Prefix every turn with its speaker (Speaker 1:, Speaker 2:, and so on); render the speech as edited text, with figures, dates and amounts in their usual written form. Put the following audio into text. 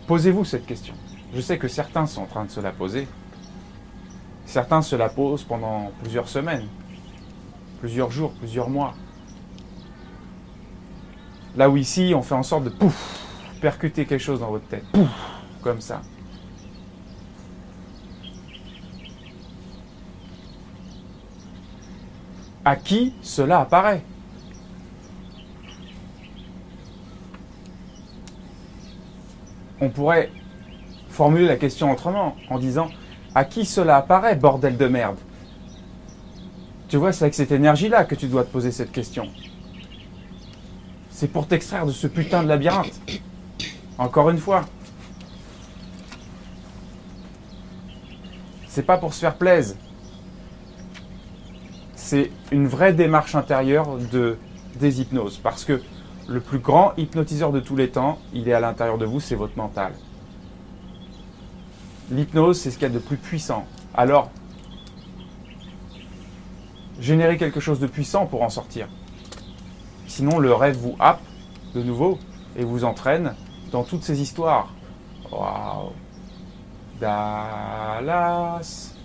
Speaker 1: Posez-vous cette question. Je sais que certains sont en train de se la poser. Certains se la posent pendant plusieurs semaines, plusieurs jours, plusieurs mois. Là où ici, on fait en sorte de pouf, percuter quelque chose dans votre tête. Pouf, comme ça. À qui cela apparaît? On pourrait formuler la question autrement en disant à qui cela apparaît, bordel de merde? Tu vois, c'est avec cette énergie-là que tu dois te poser cette question. C'est pour t'extraire de ce putain de labyrinthe. Encore une fois. C'est pas pour se faire plaisir. C'est une vraie démarche intérieure de déshypnose. Parce que le plus grand hypnotiseur de tous les temps, il est à l'intérieur de vous, c'est votre mental. L'hypnose, c'est ce qu'il y a de plus puissant. Alors, générez quelque chose de puissant pour en sortir. Sinon, le rêve vous happe de nouveau et vous entraîne dans toutes ces histoires. Waouh! Dallas!